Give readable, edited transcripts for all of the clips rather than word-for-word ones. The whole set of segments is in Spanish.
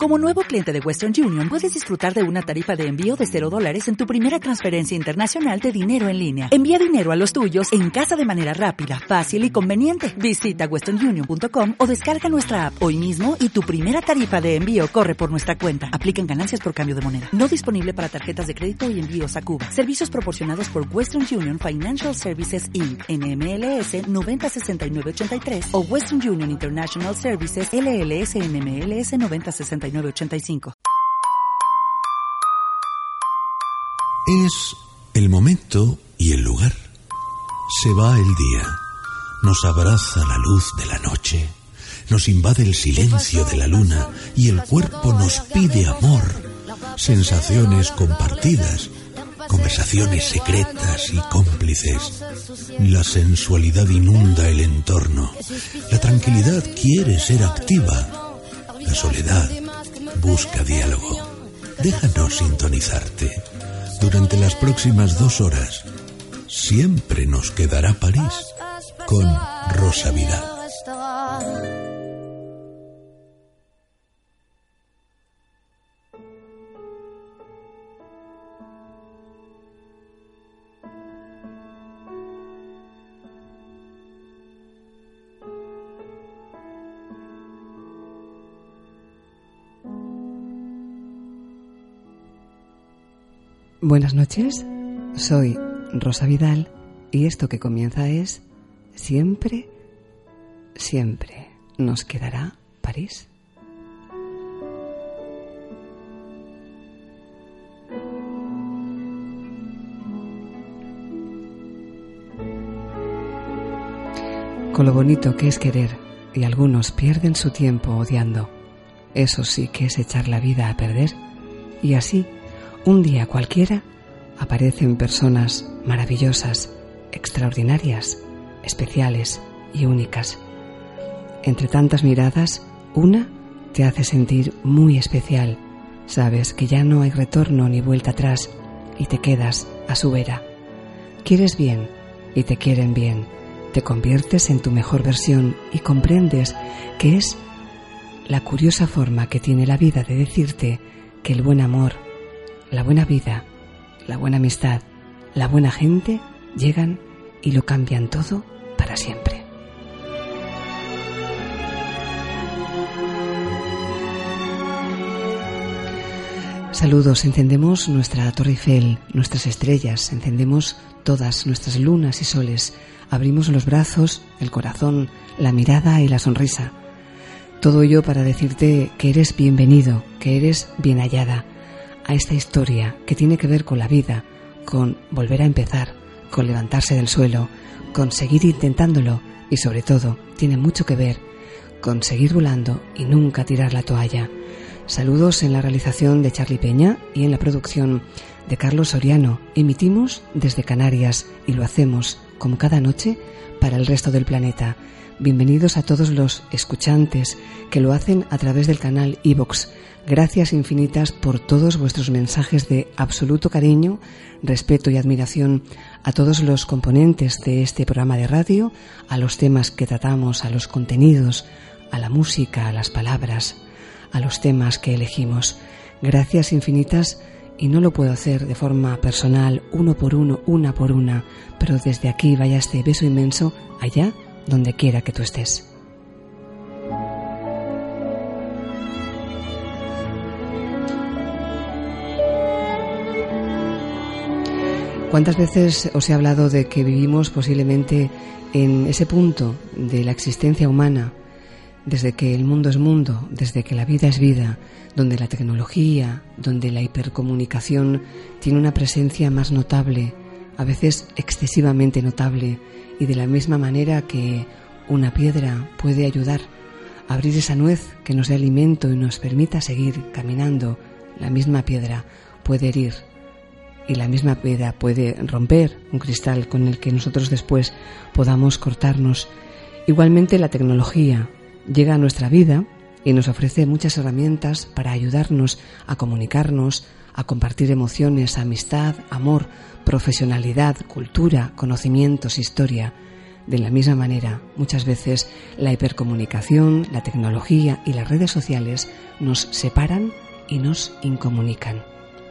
Como nuevo cliente de Western Union, puedes disfrutar de una tarifa de envío de $0 en tu primera transferencia internacional de dinero en línea. Envía dinero a los tuyos en casa de manera rápida, fácil y conveniente. Visita westernunion.com o descarga nuestra app hoy mismo y tu primera tarifa de envío corre por nuestra cuenta. Aplican ganancias por cambio de moneda. No disponible para tarjetas de crédito y envíos a Cuba. Servicios proporcionados por Western Union Financial Services Inc. NMLS 906983 o Western Union International Services LLS NMLS 906985. Es el momento y el lugar. Se va el día, nos abraza la luz de la noche, nos invade el silencio de la luna y el cuerpo nos pide amor, sensaciones compartidas, conversaciones secretas y cómplices. La sensualidad inunda el entorno, la tranquilidad quiere ser activa, la soledad busca diálogo. Déjanos sintonizarte. Durante las próximas 2 horas, siempre nos quedará París con Rosa Vidal. Buenas noches, soy Rosa Vidal y esto que comienza es Siempre, siempre nos quedará París. Con lo bonito que es querer y algunos pierden su tiempo odiando, eso sí que es echar la vida a perder y así un día cualquiera aparecen personas maravillosas, extraordinarias, especiales y únicas. Entre tantas miradas, una te hace sentir muy especial. Sabes que ya no hay retorno ni vuelta atrás y te quedas a su vera. Quieres bien y te quieren bien. Te conviertes en tu mejor versión y comprendes que es la curiosa forma que tiene la vida de decirte que el buen amor, la buena vida, la buena amistad, la buena gente llegan y lo cambian todo para siempre. Saludos, encendemos nuestra Torre Eiffel, nuestras estrellas, encendemos todas nuestras lunas y soles, abrimos los brazos, el corazón, la mirada y la sonrisa. Todo ello para decirte que eres bienvenido, que eres bien hallada a esta historia que tiene que ver con la vida, con volver a empezar, con levantarse del suelo, con seguir intentándolo y sobre todo tiene mucho que ver con seguir volando y nunca tirar la toalla. Saludos en la realización de Charly Peña y en la producción de Carlos Soriano. Emitimos desde Canarias y lo hacemos como cada noche para el resto del planeta. Bienvenidos a todos los escuchantes que lo hacen a través del canal iVoox. Gracias infinitas por todos vuestros mensajes de absoluto cariño, respeto y admiración a todos los componentes de este programa de radio, a los temas que tratamos, a los contenidos, a la música, a las palabras, a los temas que elegimos. Gracias infinitas y no lo puedo hacer de forma personal, uno por uno, una por una, pero desde aquí vaya este beso inmenso allá donde quiera que tú estés. ¿Cuántas veces os he hablado de que vivimos posiblemente en ese punto de la existencia humana, desde que el mundo es mundo, desde que la vida es vida, donde la tecnología, donde la hipercomunicación tiene una presencia más notable, a veces excesivamente notable, y de la misma manera que una piedra puede ayudar a abrir esa nuez que nos dé alimento y nos permita seguir caminando, la misma piedra puede herir y la misma piedra puede romper un cristal con el que nosotros después podamos cortarnos. Igualmente la tecnología llega a nuestra vida y nos ofrece muchas herramientas para ayudarnos a comunicarnos, a compartir emociones, amistad, amor, profesionalidad, cultura, conocimientos, historia. De la misma manera, muchas veces la hipercomunicación, la tecnología y las redes sociales nos separan y nos incomunican.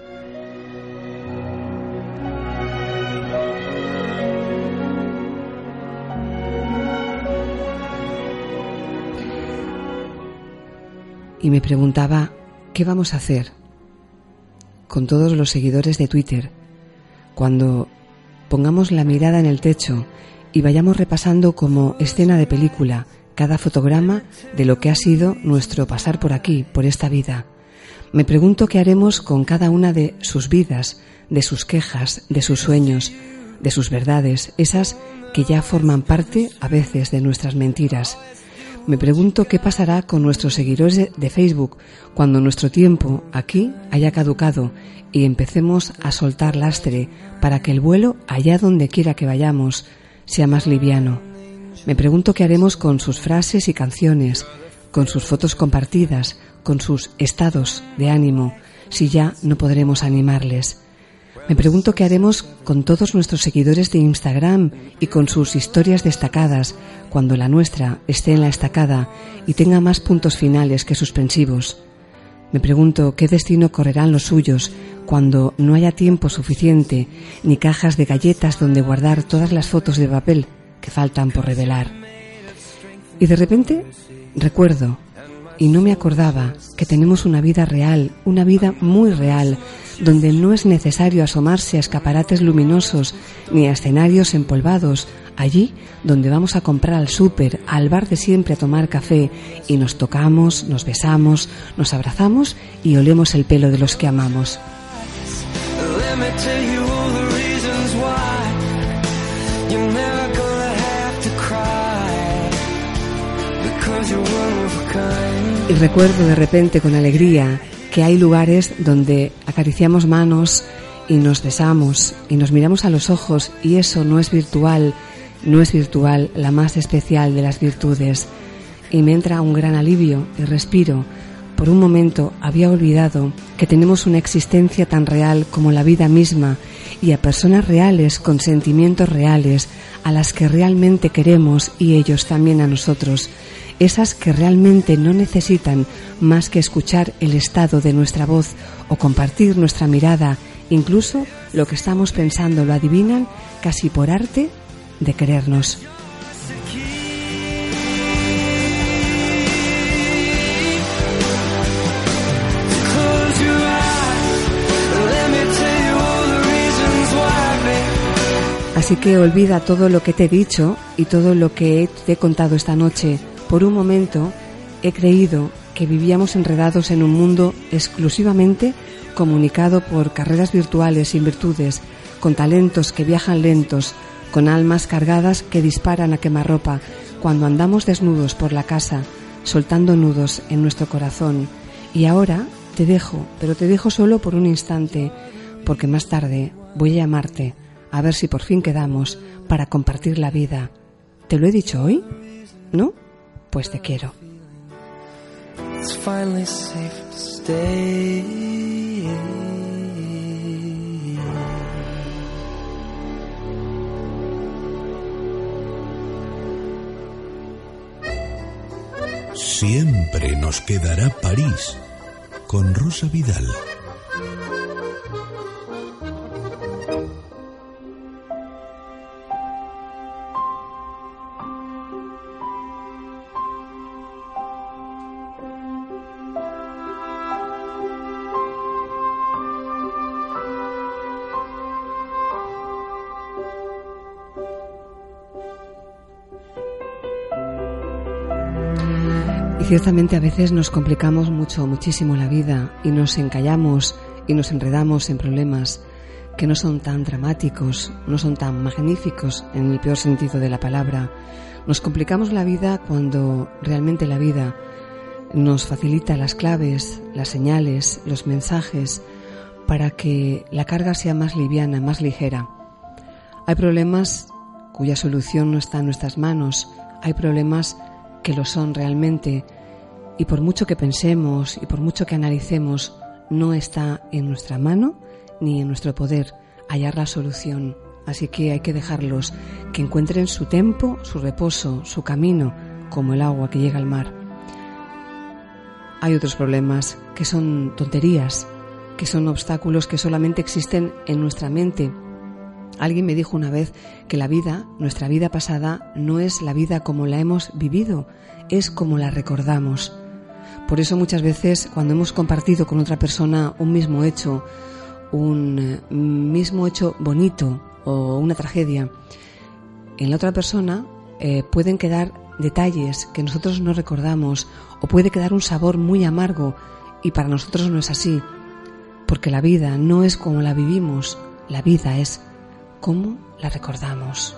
Y me preguntaba, ¿qué vamos a hacer con todos los seguidores de Twitter cuando pongamos la mirada en el techo y vayamos repasando como escena de película cada fotograma de lo que ha sido nuestro pasar por aquí, por esta vida? Me pregunto qué haremos con cada una de sus vidas, de sus quejas, de sus sueños, de sus verdades, esas que ya forman parte a veces de nuestras mentiras. Me pregunto qué pasará con nuestros seguidores de Facebook cuando nuestro tiempo aquí haya caducado y empecemos a soltar lastre para que el vuelo, allá donde quiera que vayamos, sea más liviano. Me pregunto qué haremos con sus frases y canciones, con sus fotos compartidas, con sus estados de ánimo, si ya no podremos animarles. Me pregunto qué haremos con todos nuestros seguidores de Instagram y con sus historias destacadas cuando la nuestra esté en la estacada y tenga más puntos finales que suspensivos. Me pregunto qué destino correrán los suyos cuando no haya tiempo suficiente ni cajas de galletas donde guardar todas las fotos de papel que faltan por revelar. Y de repente recuerdo, y no me acordaba, que tenemos una vida real, una vida muy real, donde no es necesario asomarse a escaparates luminosos ni a escenarios empolvados, allí donde vamos a comprar al súper, al bar de siempre a tomar café y nos tocamos, nos besamos, nos abrazamos y olemos el pelo de los que amamos. Y recuerdo de repente con alegría que hay lugares donde acariciamos manos y nos besamos y nos miramos a los ojos y eso no es virtual, la más especial de las virtudes. Y me entra un gran alivio y respiro. Por un momento había olvidado que tenemos una existencia tan real como la vida misma y a personas reales con sentimientos reales a las que realmente queremos y ellos también a nosotros. Esas que realmente no necesitan más que escuchar el estado de nuestra voz o compartir nuestra mirada, incluso lo que estamos pensando lo adivinan casi por arte de querernos. Así que olvida todo lo que te he dicho y todo lo que te he contado esta noche. Por un momento he creído que vivíamos enredados en un mundo exclusivamente comunicado por carreras virtuales sin virtudes, con talentos que viajan lentos, con almas cargadas que disparan a quemarropa, cuando andamos desnudos por la casa, soltando nudos en nuestro corazón. Y ahora te dejo, pero te dejo solo por un instante, porque más tarde voy a llamarte, a ver si por fin quedamos para compartir la vida. ¿Te lo he dicho hoy? ¿No? Pues te quiero. It's finally safe to stay. Siempre nos quedará París con Rosa Vidal. Ciertamente a veces nos complicamos muchísimo la vida y nos encallamos y nos enredamos en problemas que no son tan dramáticos, no son tan magníficos en el peor sentido de la palabra. Nos complicamos la vida cuando realmente la vida nos facilita las claves, las señales, los mensajes para que la carga sea más liviana, más ligera. Hay problemas cuya solución no está en nuestras manos, hay problemas que lo son realmente. Y por mucho que pensemos y por mucho que analicemos, no está en nuestra mano ni en nuestro poder hallar la solución. así que hay que dejarlos que encuentren su tempo, su reposo, su camino, como el agua que llega al mar. Hay otros problemas que son tonterías, que son obstáculos que solamente existen en nuestra mente. Alguien me dijo una vez que la vida, nuestra vida pasada, no es la vida como la hemos vivido, es como la recordamos. Por eso muchas veces cuando hemos compartido con otra persona un mismo hecho bonito o una tragedia, en la otra persona pueden quedar detalles que nosotros no recordamos, o puede quedar un sabor muy amargo, y para nosotros no es así, porque la vida no es como la vivimos, la vida es como la recordamos.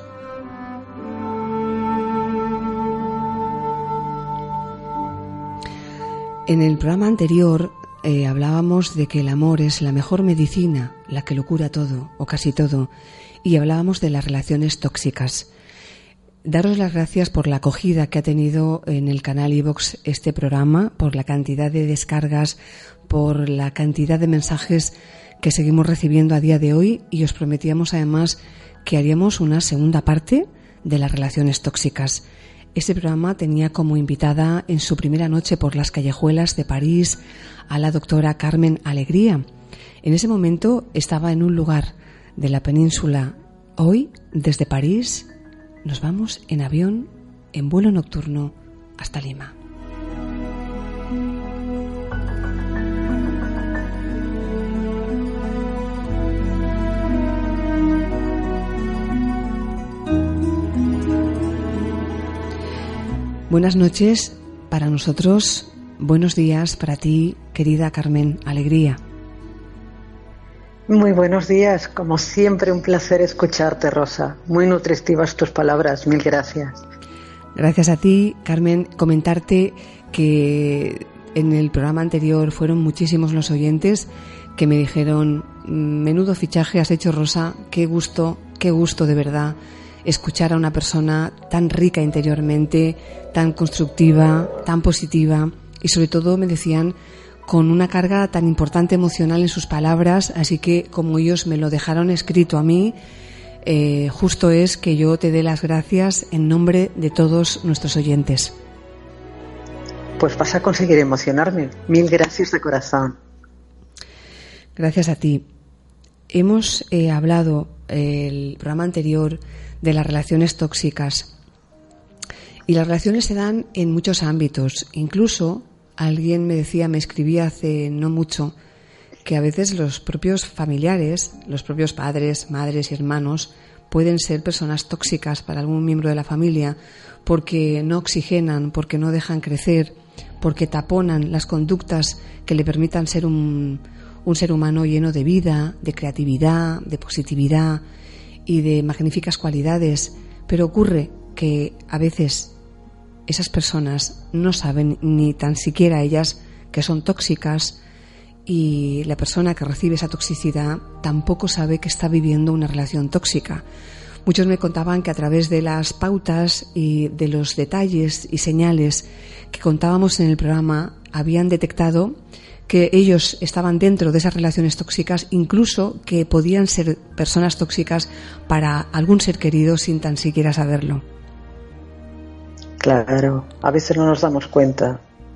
En el programa anterior hablábamos de que el amor es la mejor medicina, la que lo cura todo, o casi todo, y hablábamos de las relaciones tóxicas. Daros las gracias por la acogida que ha tenido en el canal iVoox este programa, por la cantidad de descargas, por la cantidad de mensajes que seguimos recibiendo a día de hoy, y os prometíamos además que haríamos una segunda parte de las relaciones tóxicas. Este programa tenía como invitada en su primera noche por las callejuelas de París a la doctora Carmen Alegría. En ese momento estaba en un lugar de la península. Hoy, desde París, nos vamos en avión, en vuelo nocturno, hasta Lima. Buenas noches para nosotros, buenos días para ti, querida Carmen Alegría. Muy buenos días, como siempre un placer escucharte, Rosa. Muy nutritivas tus palabras, mil gracias. Gracias a ti, Carmen. Comentarte que en el programa anterior fueron muchísimos los oyentes que me dijeron: menudo fichaje has hecho, Rosa, qué gusto de verdad escuchar a una persona tan rica interiormente, tan constructiva, tan positiva, y sobre todo me decían con una carga tan importante emocional en sus palabras, así que como ellos me lo dejaron escrito a mí, justo es que yo te dé las gracias en nombre de todos nuestros oyentes. Pues vas a conseguir emocionarme. Mil gracias de corazón. Gracias a ti. Hemos hablado el programa anterior de las relaciones tóxicas, y las relaciones se dan en muchos ámbitos. Incluso alguien me escribía hace no mucho, que a veces los propios familiares, los propios padres, madres y hermanos pueden ser personas tóxicas para algún miembro de la familia, porque no oxigenan, porque no dejan crecer, porque taponan las conductas que le permitan ser un ser humano lleno de vida, de creatividad, de positividad y de magníficas cualidades. Pero ocurre que a veces esas personas no saben ni tan siquiera ellas que son tóxicas, y la persona que recibe esa toxicidad tampoco sabe que está viviendo una relación tóxica. Muchos me contaban que a través de las pautas y de los detalles y señales que contábamos en el programa habían detectado que ellos estaban dentro de esas relaciones tóxicas, incluso que podían ser personas tóxicas para algún ser querido sin tan siquiera saberlo. Claro, a veces no nos damos cuenta.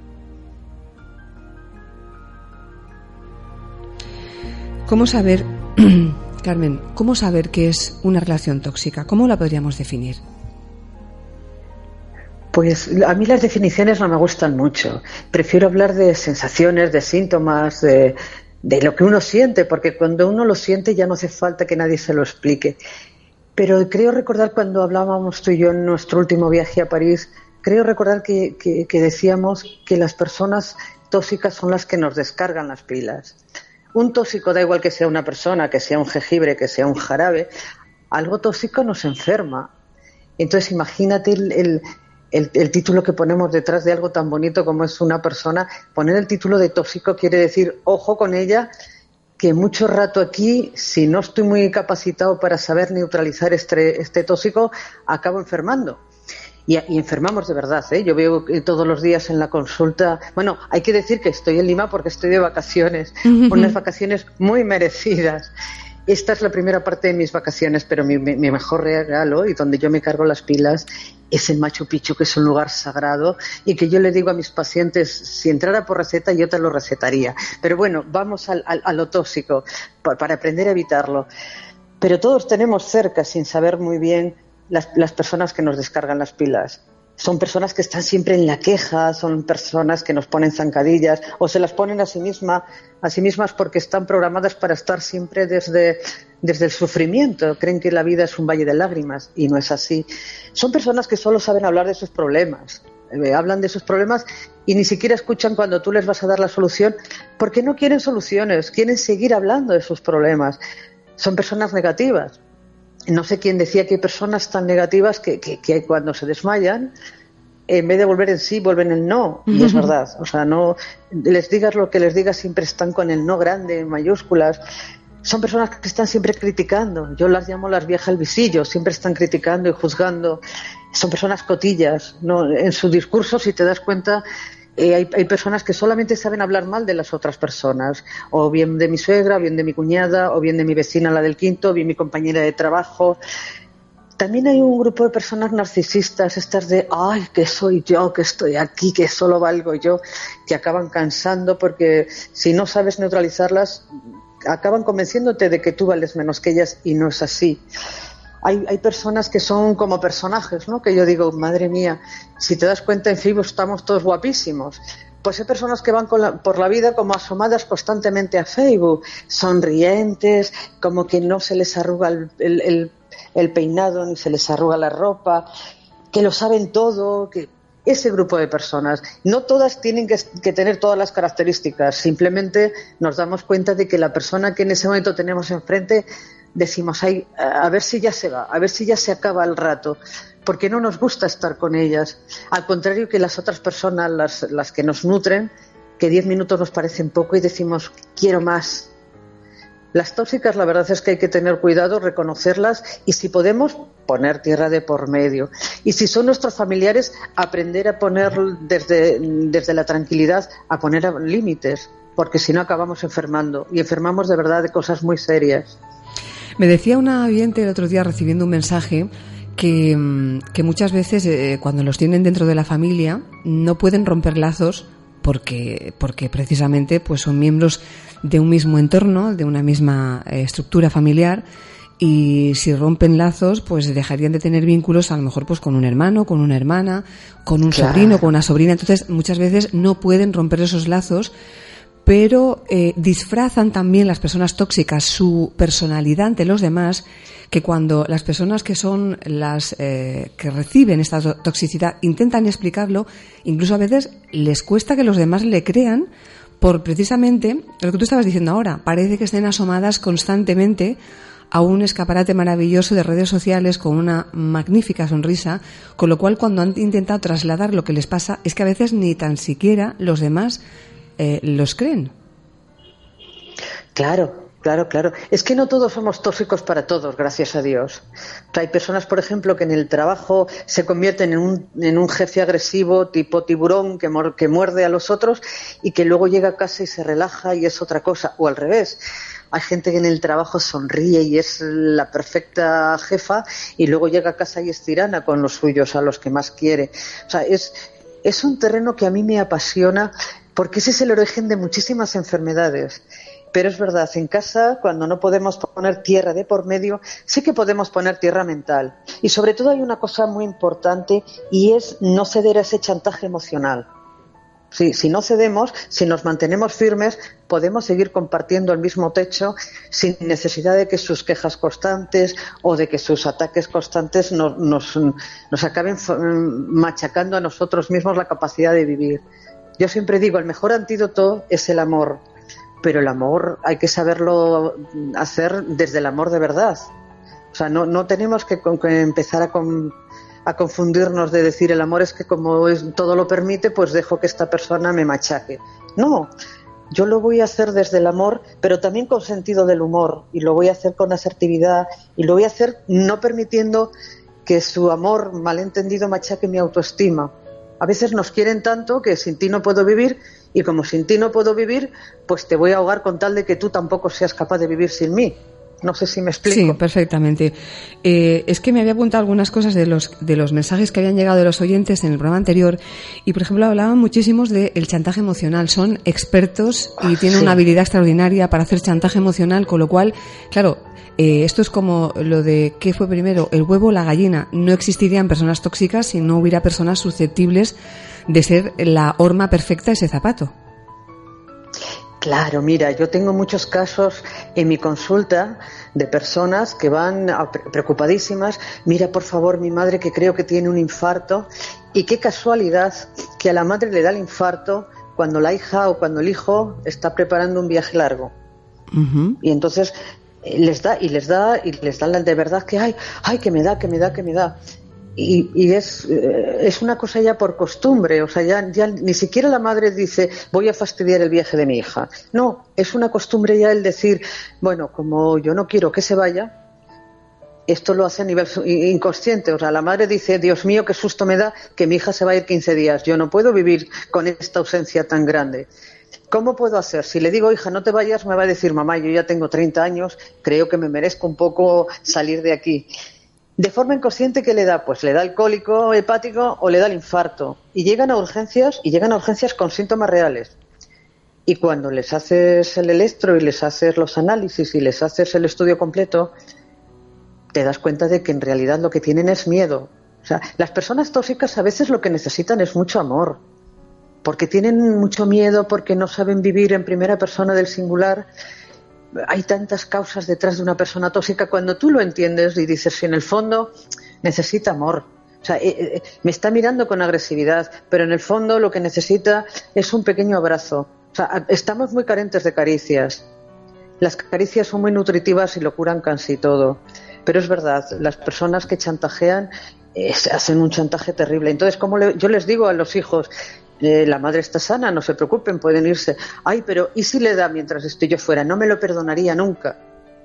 ¿Cómo saber, Carmen, cómo saber qué es una relación tóxica? ¿Cómo la podríamos definir? Pues a mí las definiciones no me gustan mucho. Prefiero hablar de sensaciones, de síntomas, de lo que uno siente, porque cuando uno lo siente ya no hace falta que nadie se lo explique. Pero creo recordar cuando hablábamos tú y yo en nuestro último viaje a París, creo recordar que decíamos que las personas tóxicas son las que nos descargan las pilas. Un tóxico, da igual que sea una persona, que sea un jengibre, que sea un jarabe, algo tóxico nos enferma. Entonces imagínate el título que ponemos detrás de algo tan bonito como es una persona. Poner el título de tóxico quiere decir, ojo con ella, que mucho rato aquí, si no estoy muy capacitado para saber neutralizar este tóxico, acabo enfermando. Y enfermamos de verdad, ¿eh? Yo veo todos los días en la consulta. Bueno, hay que decir que estoy en Lima porque estoy de vacaciones, unas vacaciones muy merecidas. esta es la primera parte de mis vacaciones, pero mi mejor regalo y donde yo me cargo las pilas es en Machu Picchu, que es un lugar sagrado y que yo le digo a mis pacientes, si entrara por receta yo te lo recetaría. Pero bueno, vamos a lo tóxico para aprender a evitarlo. Pero todos tenemos cerca, sin saber muy bien, las personas que nos descargan las pilas. Son personas que están siempre en la queja, son personas que nos ponen zancadillas o se las ponen a sí mismas porque están programadas para estar siempre desde el sufrimiento. Creen que la vida es un valle de lágrimas y no es así. Son personas que solo saben hablar de sus problemas. Hablan de sus problemas y ni siquiera escuchan cuando tú les vas a dar la solución porque no quieren soluciones, quieren seguir hablando de sus problemas. Son personas negativas. No sé quién decía que hay personas tan negativas que cuando se desmayan, en vez de volver en sí, vuelven en no. Y es verdad. O sea, no les digas lo que les digas, siempre están con el no grande, en mayúsculas. Son personas que están siempre criticando. Yo las llamo las viejas al visillo. Siempre están criticando y juzgando. Son personas cotillas, ¿no? En su discurso, si te das cuenta, hay personas que solamente saben hablar mal de las otras personas, o bien de mi suegra, o bien de mi cuñada, o bien de mi vecina, la del quinto, o bien mi compañera de trabajo. También hay un grupo de personas narcisistas, estas de, ay, que soy yo, que estoy aquí, que solo valgo yo, que acaban cansando porque si no sabes neutralizarlas, acaban convenciéndote de que tú vales menos que ellas y no es así. Hay personas que son como personajes, ¿no? Que yo digo, madre mía, si te das cuenta en Facebook estamos todos guapísimos. Pues hay personas que van por la vida como asomadas constantemente a Facebook, sonrientes, como que no se les arruga el peinado ni se les arruga la ropa, que lo saben todo, que ese grupo de personas. No todas tienen que tener todas las características, simplemente nos damos cuenta de que la persona que en ese momento tenemos enfrente decimos, ay, a ver si ya se va, a ver si ya se acaba el rato, porque no nos gusta estar con ellas. Al contrario que las otras personas, las que nos nutren, que 10 minutos nos parecen poco y decimos, quiero más. Las tóxicas, la verdad es que hay que tener cuidado, reconocerlas y si podemos, poner tierra de por medio. Y si son nuestros familiares, aprender a poner desde la tranquilidad, a poner límites, porque si no acabamos enfermando y enfermamos de verdad de cosas muy serias. Me decía una oyente el otro día recibiendo un mensaje que muchas veces cuando los tienen dentro de la familia no pueden romper lazos porque precisamente pues son miembros de un mismo entorno, de una misma estructura familiar y si rompen lazos pues dejarían de tener vínculos a lo mejor pues con un hermano, con una hermana, con un sobrino, con una sobrina. Entonces muchas veces no pueden romper esos lazos, pero disfrazan también las personas tóxicas su personalidad ante los demás, que cuando las personas que son las que reciben esta toxicidad intentan explicarlo, incluso a veces les cuesta que los demás le crean por precisamente lo que tú estabas diciendo ahora. Parece que estén asomadas constantemente a un escaparate maravilloso de redes sociales con una magnífica sonrisa, con lo cual cuando han intentado trasladar lo que les pasa es que a veces ni tan siquiera los demás los creen. Claro. Es que no todos somos tóxicos para todos, gracias a Dios. O sea, hay personas, por ejemplo, que en el trabajo se convierten en un jefe agresivo tipo tiburón que muerde a los otros y que luego llega a casa y se relaja y es otra cosa. O al revés. Hay gente que en el trabajo sonríe y es la perfecta jefa y luego llega a casa y es tirana con los suyos, a los que más quiere. O sea, es un terreno que a mí me apasiona porque ese es el origen de muchísimas enfermedades. Pero es verdad, en casa, cuando no podemos poner tierra de por medio, sí que podemos poner tierra mental. Y sobre todo hay una cosa muy importante y es no ceder a ese chantaje emocional. Sí, si no cedemos, si nos mantenemos firmes, podemos seguir compartiendo el mismo techo sin necesidad de que sus quejas constantes o de que sus ataques constantes nos acaben machacando a nosotros mismos la capacidad de vivir. Yo siempre digo, el mejor antídoto es el amor. Pero el amor hay que saberlo hacer desde el amor de verdad. O sea, no tenemos que empezar a confundirnos de decir el amor es que como todo lo permite, pues dejo que esta persona me machaque. No, yo lo voy a hacer desde el amor, pero también con sentido del humor. Y lo voy a hacer con asertividad y lo voy a hacer no permitiendo que su amor malentendido machaque mi autoestima. A veces nos quieren tanto que sin ti no puedo vivir y como sin ti no puedo vivir, pues te voy a ahogar con tal de que tú tampoco seas capaz de vivir sin mí. No sé si me explico. Sí, perfectamente. Es que me había apuntado algunas cosas de los mensajes que habían llegado de los oyentes en el programa anterior y, por ejemplo, hablaban muchísimos del chantaje emocional. Son expertos y tienen una habilidad extraordinaria para hacer chantaje emocional, con lo cual, claro, esto es como lo de ¿qué fue primero, el huevo o la gallina? No existirían personas tóxicas si no hubiera personas susceptibles de ser la horma perfecta de ese zapato. Claro, mira, yo tengo muchos casos en mi consulta de personas que van preocupadísimas. Mira, por favor, mi madre que creo que tiene un infarto. Y qué casualidad que a la madre le da el infarto cuando la hija o cuando el hijo está preparando un viaje largo. Uh-huh. Y entonces les da de verdad que ay, que me da. Y es una cosa ya por costumbre, o sea, ya ni siquiera la madre dice voy a fastidiar el viaje de mi hija. No, es una costumbre ya el decir, bueno, como yo no quiero que se vaya, esto lo hace a nivel inconsciente. O sea, la madre dice, Dios mío, qué susto me da que mi hija se va a ir 15 días. Yo no puedo vivir con esta ausencia tan grande. ¿Cómo puedo hacer? Si le digo, hija, no te vayas, me va a decir, mamá, yo ya tengo 30 años, creo que me merezco un poco salir de aquí. De forma inconsciente, ¿qué le da? Pues le da el cólico hepático o le da el infarto. Y llegan a urgencias con síntomas reales. Y cuando les haces el electro y les haces los análisis y les haces el estudio completo, te das cuenta de que en realidad lo que tienen es miedo. O sea, las personas tóxicas a veces lo que necesitan es mucho amor. Porque tienen mucho miedo, porque no saben vivir en primera persona del singular. Hay tantas causas detrás de una persona tóxica. Cuando tú lo entiendes y dices, si en el fondo necesita amor, o sea, me está mirando con agresividad, pero en el fondo lo que necesita es un pequeño abrazo. O sea, estamos muy carentes de caricias. Las caricias son muy nutritivas y lo curan casi todo. Pero es verdad, las personas que chantajean hacen un chantaje terrible. Entonces, yo les digo a los hijos, la madre está sana, no se preocupen, pueden irse. Ay, pero ¿y si le da mientras estoy yo fuera? No me lo perdonaría nunca.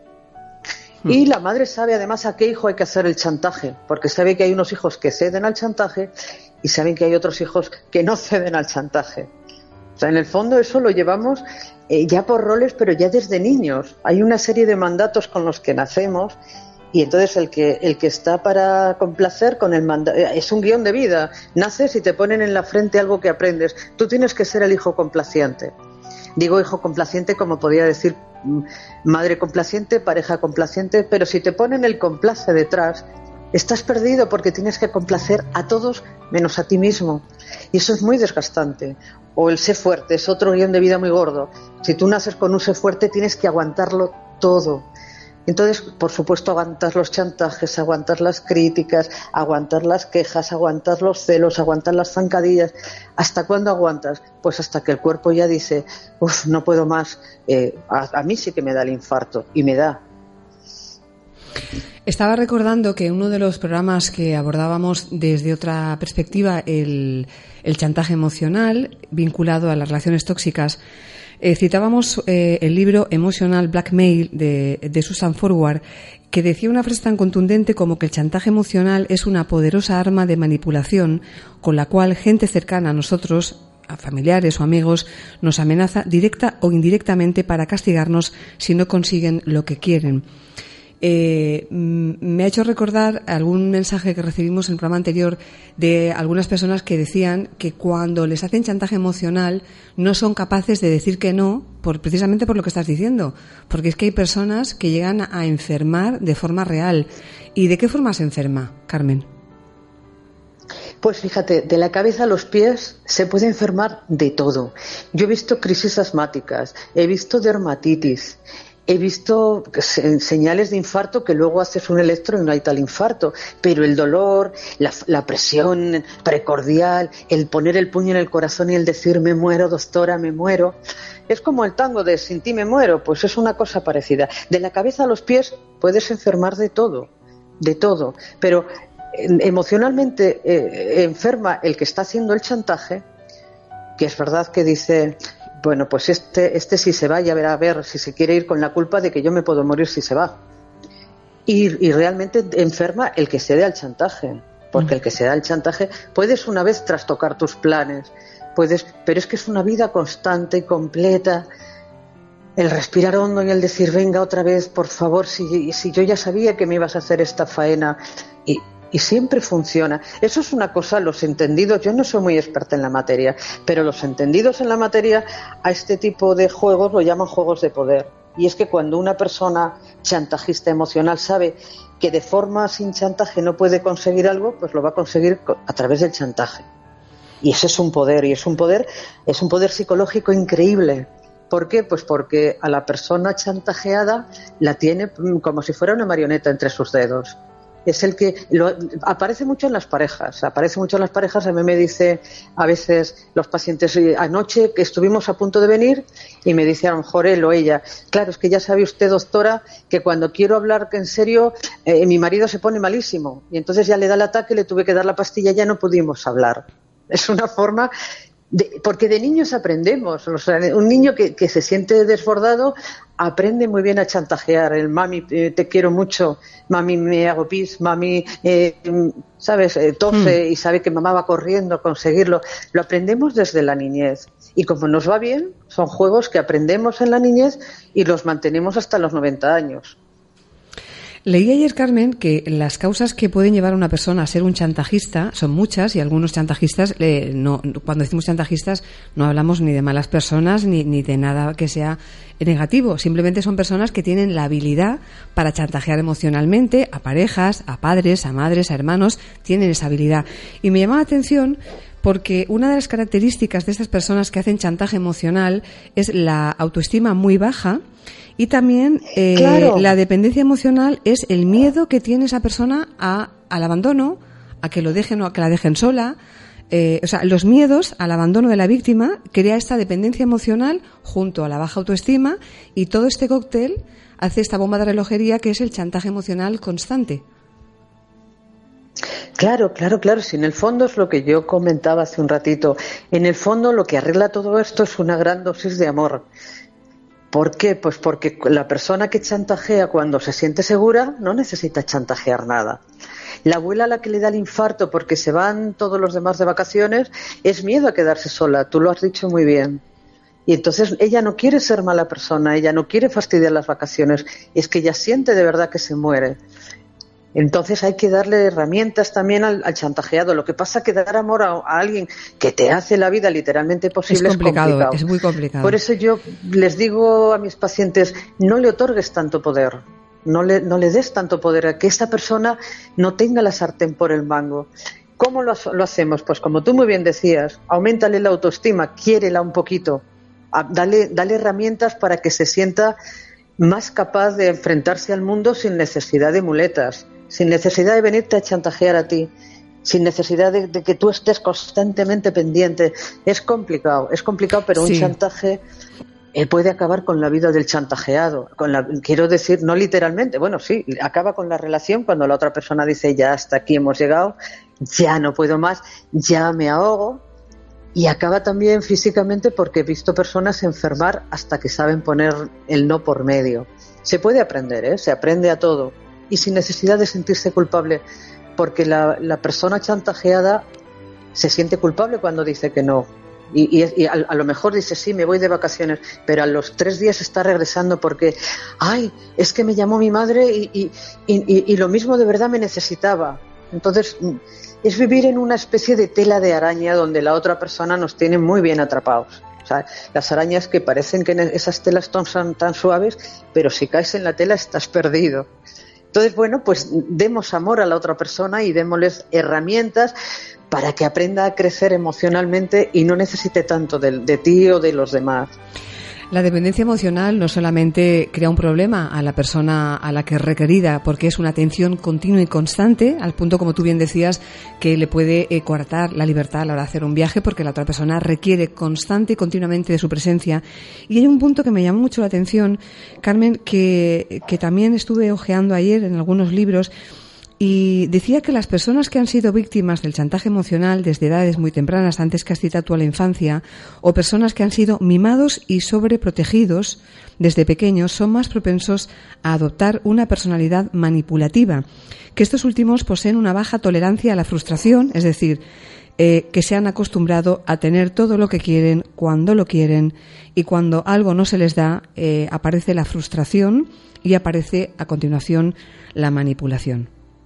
Y la madre sabe además a qué hijo hay que hacer el chantaje, porque sabe que hay unos hijos que ceden al chantaje y saben que hay otros hijos que no ceden al chantaje. O sea, en el fondo eso lo llevamos ya por roles, pero ya desde niños. Hay una serie de mandatos con los que nacemos. Y entonces el que está para complacer con el mandato es un guión de vida. Naces y te ponen en la frente algo que aprendes. Tú tienes que ser el hijo complaciente. Digo hijo complaciente como podría decir madre complaciente, pareja complaciente, pero si te ponen el complace detrás, estás perdido porque tienes que complacer a todos menos a ti mismo. Y eso es muy desgastante. O el sé fuerte, es otro guión de vida muy gordo. Si tú naces con un sé fuerte, tienes que aguantarlo todo. Entonces, por supuesto, aguantar los chantajes, aguantar las críticas, aguantar las quejas, aguantar los celos, aguantar las zancadillas. ¿Hasta cuándo aguantas? Pues hasta que el cuerpo ya dice, uff, no puedo más. A mí sí que me da el infarto, y me da. Estaba recordando que uno de los programas que abordábamos desde otra perspectiva, el chantaje emocional vinculado a las relaciones tóxicas, citábamos el libro Emotional Blackmail de Susan Forward, que decía una frase tan contundente como que el chantaje emocional es una poderosa arma de manipulación con la cual gente cercana a nosotros, a familiares o amigos, nos amenaza directa o indirectamente para castigarnos si no consiguen lo que quieren. Me ha hecho recordar algún mensaje que recibimos en el programa anterior de algunas personas que decían que cuando les hacen chantaje emocional no son capaces de decir que no, precisamente por lo que estás diciendo, porque es que hay personas que llegan a enfermar de forma real. ¿Y de qué forma se enferma, Carmen? Pues fíjate, de la cabeza a los pies se puede enfermar de todo. Yo he visto crisis asmáticas, he visto dermatitis, he visto señales de infarto que luego haces un electro y no hay tal infarto, pero el dolor, la presión precordial, el poner el puño en el corazón y el decir me muero, doctora, me muero, es como el tango de sin ti me muero, pues es una cosa parecida. De la cabeza a los pies puedes enfermar de todo, pero emocionalmente enferma el que está haciendo el chantaje, que es verdad que dice, bueno, pues este si se va ya verá a ver si se quiere ir con la culpa de que yo me puedo morir si se va. Y realmente enferma el que se dé al chantaje, porque el que se da al chantaje puedes una vez trastocar tus planes, pero es que es una vida constante y completa. El respirar hondo y el decir, venga otra vez, por favor, si yo ya sabía que me ibas a hacer esta faena. Y siempre funciona. Eso es una cosa, los entendidos, yo no soy muy experta en la materia, pero los entendidos en la materia a este tipo de juegos lo llaman juegos de poder. Y es que cuando una persona chantajista emocional sabe que de forma sin chantaje no puede conseguir algo, pues lo va a conseguir a través del chantaje. Y ese es un poder, y es un poder psicológico increíble. ¿Por qué? Pues porque a la persona chantajeada la tiene como si fuera una marioneta entre sus dedos. Es el que aparece mucho en las parejas. A mí me dice a veces los pacientes, anoche que estuvimos a punto de venir, y me dice a lo mejor él o ella, claro, es que ya sabe usted, doctora, que cuando quiero hablar en serio, mi marido se pone malísimo, y entonces ya le da el ataque, le tuve que dar la pastilla, ya no pudimos hablar. Es una forma porque de niños aprendemos. O sea, un niño que se siente desbordado aprende muy bien a chantajear. El mami, te quiero mucho, mami, me hago pis, mami, ¿sabes? Tose y sabe que mamá va corriendo a conseguirlo. Lo aprendemos desde la niñez. Y como nos va bien, son juegos que aprendemos en la niñez y los mantenemos hasta los 90 años. Leí ayer, Carmen, que las causas que pueden llevar a una persona a ser un chantajista son muchas, y algunos chantajistas, cuando decimos chantajistas, no hablamos ni de malas personas ni de nada que sea negativo. Simplemente son personas que tienen la habilidad para chantajear emocionalmente a parejas, a padres, a madres, a hermanos. Tienen esa habilidad. Y me llama la atención porque una de las características de estas personas que hacen chantaje emocional es la autoestima muy baja. Y también claro, la dependencia emocional es el miedo que tiene esa persona al abandono, a que lo dejen o a que la dejen sola. O sea, los miedos al abandono de la víctima crea esta dependencia emocional junto a la baja autoestima, y todo este cóctel hace esta bomba de relojería que es el chantaje emocional constante. Claro. Si en el fondo es lo que yo comentaba hace un ratito. En el fondo lo que arregla todo esto es una gran dosis de amor. ¿Por qué? Pues porque la persona que chantajea cuando se siente segura no necesita chantajear nada. La abuela a la que le da el infarto porque se van todos los demás de vacaciones es miedo a quedarse sola, tú lo has dicho muy bien. Y entonces ella no quiere ser mala persona, ella no quiere fastidiar las vacaciones, es que ella siente de verdad que se muere. Entonces hay que darle herramientas también al chantajeado. Lo que pasa es que dar amor a alguien que te hace la vida literalmente posible es complicado. Es muy complicado. Por eso yo les digo a mis pacientes, no le otorgues tanto poder, no le des tanto poder a que esa persona no tenga la sartén por el mango. ¿Cómo lo hacemos? Pues como tú muy bien decías, auméntale la autoestima, quiérela un poquito, dale herramientas para que se sienta más capaz de enfrentarse al mundo sin necesidad de muletas, sin necesidad de venirte a chantajear a ti, sin necesidad de que tú estés constantemente pendiente. Es complicado, pero sí. Un chantaje puede acabar con la vida del chantajeado. Quiero decir, no literalmente, bueno, sí, acaba con la relación cuando la otra persona dice, ya hasta aquí hemos llegado, ya no puedo más, ya me ahogo. Y acaba también físicamente porque he visto personas enfermar hasta que saben poner el no por medio. Se puede aprender, se aprende a todo. Y sin necesidad de sentirse culpable, porque la persona chantajeada se siente culpable cuando dice que no. Y a lo mejor dice, sí, me voy de vacaciones, pero a los 3 días está regresando porque, ay, es que me llamó mi madre y lo mismo de verdad me necesitaba. Entonces, es vivir en una especie de tela de araña donde la otra persona nos tiene muy bien atrapados. O sea, las arañas que parecen que esas telas son tan suaves, pero si caes en la tela estás perdido. Entonces, bueno, pues demos amor a la otra persona y démosles herramientas para que aprenda a crecer emocionalmente y no necesite tanto de ti o de los demás. La dependencia emocional no solamente crea un problema a la persona a la que es requerida, porque es una atención continua y constante, al punto, como tú bien decías, que le puede coartar la libertad a la hora de hacer un viaje, porque la otra persona requiere constante y continuamente de su presencia. Y hay un punto que me llamó mucho la atención, Carmen, que también estuve hojeando ayer en algunos libros, y decía que las personas que han sido víctimas del chantaje emocional desde edades muy tempranas, antes que has citado tú a la infancia, o personas que han sido mimados y sobreprotegidos desde pequeños, son más propensos a adoptar una personalidad manipulativa, que estos últimos poseen una baja tolerancia a la frustración, es decir, que se han acostumbrado a tener todo lo que quieren, cuando lo quieren, y cuando algo no se les da, aparece la frustración y aparece a continuación la manipulación.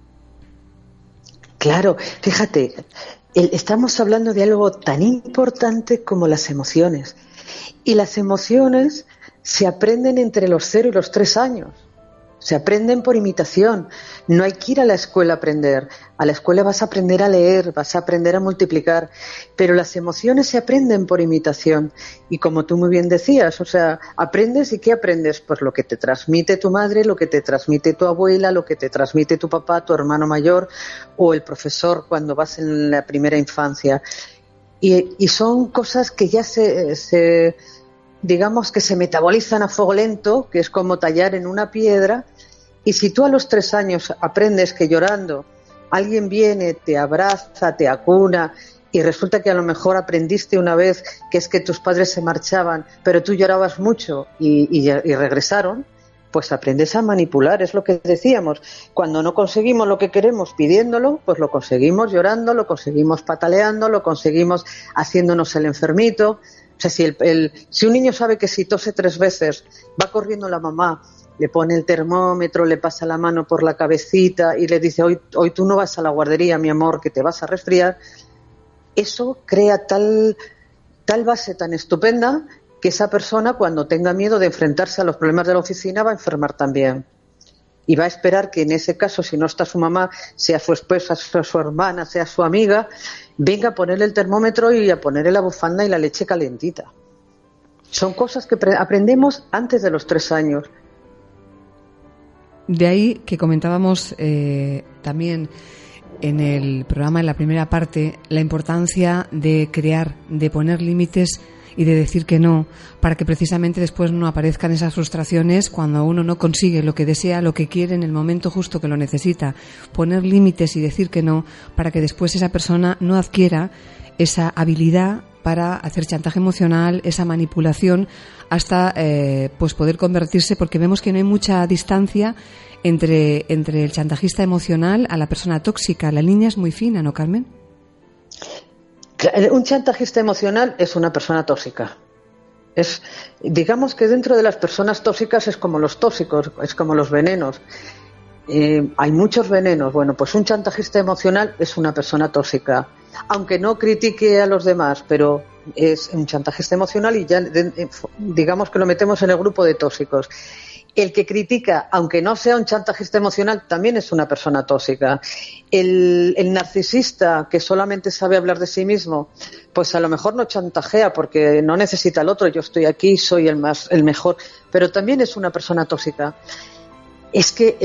Claro, fíjate, estamos hablando de algo tan importante como las emociones. Y las emociones se aprenden entre los 0 y los 3 años. Se aprenden por imitación. No hay que ir a la escuela a aprender. A la escuela vas a aprender a leer, vas a aprender a multiplicar. Pero las emociones se aprenden por imitación. Y como tú muy bien decías, o sea, aprendes y ¿qué aprendes? Pues lo que te transmite tu madre, lo que te transmite tu abuela, lo que te transmite tu papá, tu hermano mayor o el profesor cuando vas en la primera infancia. Y son cosas que ya digamos que se metabolizan a fuego lento, que es como tallar en una piedra, y si tú a los 3 años aprendes que llorando alguien viene, te abraza, te acuna, y resulta que a lo mejor aprendiste una vez que es que tus padres se marchaban, pero tú llorabas mucho y regresaron, pues aprendes a manipular, es lo que decíamos. Cuando no conseguimos lo que queremos pidiéndolo, pues lo conseguimos llorando, lo conseguimos pataleando, lo conseguimos haciéndonos el enfermito. O sea, si un niño sabe que si tose 3 veces, va corriendo la mamá, le pone el termómetro, le pasa la mano por la cabecita y le dice, hoy tú no vas a la guardería, mi amor, que te vas a resfriar, eso crea tal base tan estupenda que esa persona, cuando tenga miedo de enfrentarse a los problemas de la oficina, va a enfermar también. Y va a esperar que en ese caso, si no está su mamá, sea su esposa, sea su hermana, sea su amiga, venga a ponerle el termómetro y a ponerle la bufanda y la leche calentita. Son cosas que aprendemos antes de los 3 años. De ahí que comentábamos también en el programa, en la primera parte, la importancia de crear, de poner límites y de decir que no, para que precisamente después no aparezcan esas frustraciones cuando uno no consigue lo que desea, lo que quiere en el momento justo que lo necesita. Poner límites y decir que no, para que después esa persona no adquiera esa habilidad para hacer chantaje emocional, esa manipulación, hasta pues poder convertirse, porque vemos que no hay mucha distancia entre el chantajista emocional a la persona tóxica. La línea es muy fina, ¿no, Carmen? Un chantajista emocional es una persona tóxica. Digamos que dentro de las personas tóxicas es como los tóxicos, es como los venenos. Hay muchos venenos. Bueno, pues un chantajista emocional es una persona tóxica. Aunque no critique a los demás, pero es un chantajista emocional y ya digamos que lo metemos en el grupo de tóxicos. El que critica, aunque no sea un chantajista emocional, también es una persona tóxica. El narcisista que solamente sabe hablar de sí mismo, pues a lo mejor no chantajea porque no necesita al otro. Yo estoy aquí, soy el mejor, pero también es una persona tóxica. Es que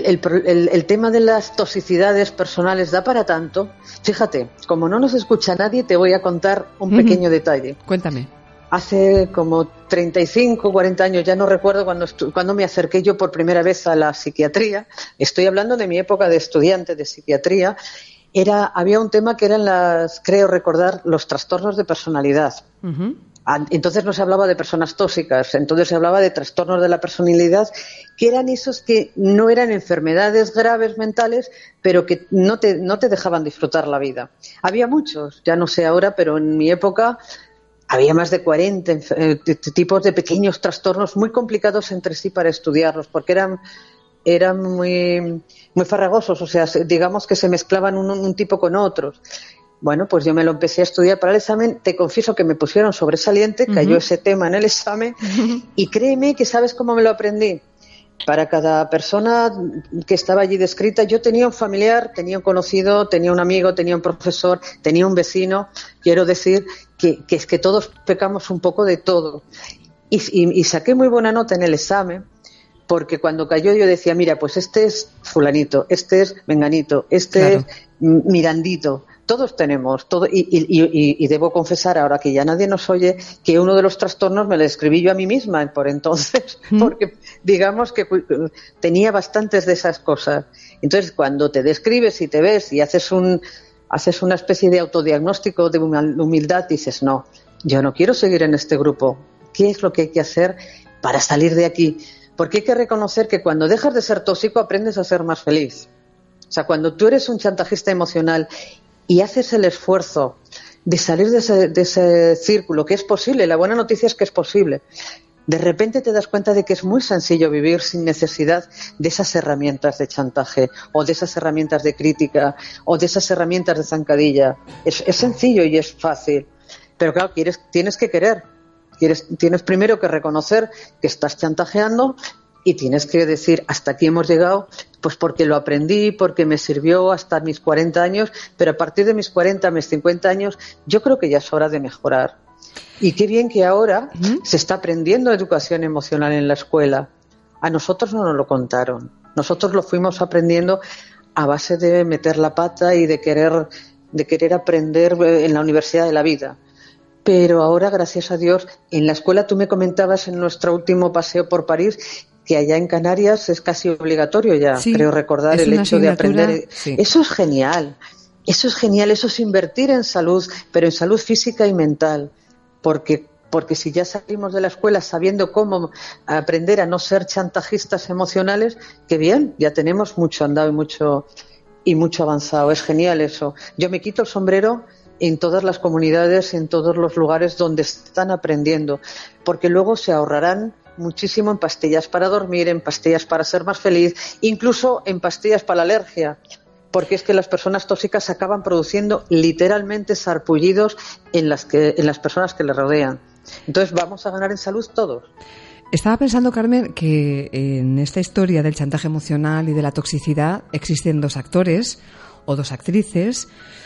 el tema de las toxicidades personales da para tanto. Fíjate, como no nos escucha nadie, te voy a contar un pequeño detalle. Cuéntame. Hace como 35, 40 años, ya no recuerdo cuando me acerqué yo por primera vez a la psiquiatría. Estoy hablando de mi época de estudiante de psiquiatría. Había un tema que eran creo recordar, los trastornos de personalidad. Uh-huh. Entonces no se hablaba de personas tóxicas, entonces se hablaba de trastornos de la personalidad, que eran esos que no eran enfermedades graves mentales, pero que no te dejaban disfrutar la vida. Había muchos, ya no sé ahora, pero en mi época había más de 40 tipos de pequeños trastornos muy complicados entre sí para estudiarlos, porque eran muy, muy farragosos, o sea, digamos que se mezclaban un tipo con otros. Bueno, pues yo me lo empecé a estudiar para el examen. Te confieso que me pusieron sobresaliente, cayó ese tema en el examen, y créeme que ¿sabes cómo me lo aprendí? Para cada persona que estaba allí descrita, yo tenía un familiar, tenía un conocido, tenía un amigo, tenía un profesor, tenía un vecino. Quiero decir que es que todos pecamos un poco de todo. Y saqué muy buena nota en el examen, porque cuando cayó yo decía, mira, pues este es fulanito, este es menganito, este es mirandito. Todos tenemos, y debo confesar, ahora que ya nadie nos oye, que uno de los trastornos me lo escribí yo a mí misma por entonces, porque digamos que tenía bastantes de esas cosas. Entonces, cuando te describes y te ves y haces una especie de autodiagnóstico de humildad, dices, no, yo no quiero seguir en este grupo. ¿Qué es lo que hay que hacer para salir de aquí? Porque hay que reconocer que cuando dejas de ser tóxico aprendes a ser más feliz. O sea, cuando tú eres un chantajista emocional y haces el esfuerzo de salir de ese círculo, que es posible, la buena noticia es que es posible, de repente te das cuenta de que es muy sencillo vivir sin necesidad de esas herramientas de chantaje o de esas herramientas de crítica o de esas herramientas de zancadilla. Es sencillo y es fácil, pero claro, tienes que querer, tienes primero que reconocer que estás chantajeando y tienes que decir, hasta aquí hemos llegado, pues porque lo aprendí, porque me sirvió hasta mis 40 años, pero a partir de mis 40, mis 50 años, yo creo que ya es hora de mejorar. Y qué bien que ahora se está aprendiendo educación emocional en la escuela. A nosotros no nos lo contaron. Nosotros lo fuimos aprendiendo a base de meter la pata y de querer aprender en la universidad de la vida. Pero ahora, gracias a Dios, en la escuela, tú me comentabas en nuestro último paseo por París que allá en Canarias es casi obligatorio ya, sí, creo recordar el hecho de aprender. Sí. Eso es genial, eso es invertir en salud, pero en salud física y mental. Porque si ya salimos de la escuela sabiendo cómo aprender a no ser chantajistas emocionales, qué bien, ya tenemos mucho andado y mucho avanzado. Es genial eso. Yo me quito el sombrero en todas las comunidades, en todos los lugares donde están aprendiendo, porque luego se ahorrarán muchísimo en pastillas para dormir, en pastillas para ser más feliz, incluso en pastillas para la alergia. Porque es que las personas tóxicas acaban produciendo literalmente sarpullidos en las personas que les rodean. Entonces vamos a ganar en salud todos. Estaba pensando, Carmen, que en esta historia del chantaje emocional y de la toxicidad existen dos actores o dos actrices.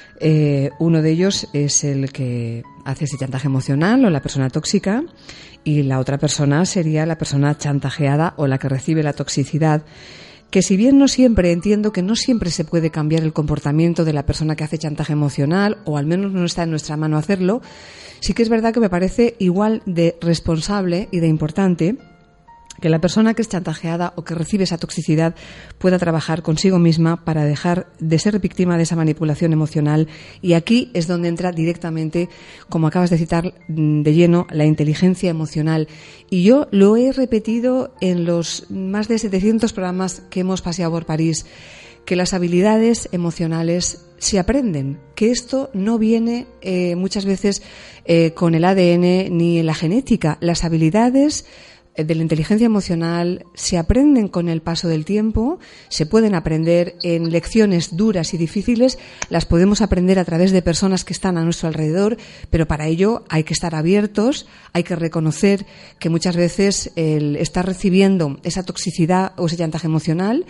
Uno de ellos es el que hace ese chantaje emocional o la persona tóxica, y la otra persona sería la persona chantajeada o la que recibe la toxicidad. Que si bien entiendo que no siempre se puede cambiar el comportamiento de la persona que hace chantaje emocional, o al menos no está en nuestra mano hacerlo, sí que es verdad que me parece igual de responsable y de importante que la persona que es chantajeada o que recibe esa toxicidad pueda trabajar consigo misma para dejar de ser víctima de esa manipulación emocional. Y aquí es donde entra directamente, como acabas de citar, de lleno, la inteligencia emocional. Y yo lo he repetido en los más de 700 programas que hemos paseado por París, que las habilidades emocionales se aprenden, que esto no viene muchas veces con el ADN ni en la genética. Las habilidades de la inteligencia emocional se aprenden con el paso del tiempo, se pueden aprender en lecciones duras y difíciles, las podemos aprender a través de personas que están a nuestro alrededor, pero para ello hay que estar abiertos, hay que reconocer que muchas veces el estar recibiendo esa toxicidad o ese chantaje emocional,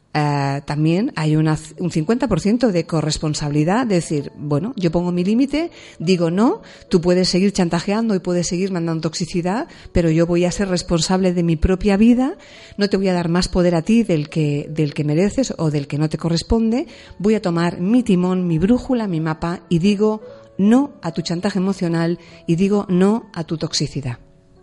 también hay un 50% de corresponsabilidad, de decir, bueno, yo pongo mi límite, digo no, tú puedes seguir chantajeando y puedes seguir mandando toxicidad, pero yo voy a ser responsable de mi propia vida, no te voy a dar más poder a ti del que mereces o del que no te corresponde, voy a tomar mi timón, mi brújula, mi mapa y digo no a tu chantaje emocional y digo no a tu toxicidad.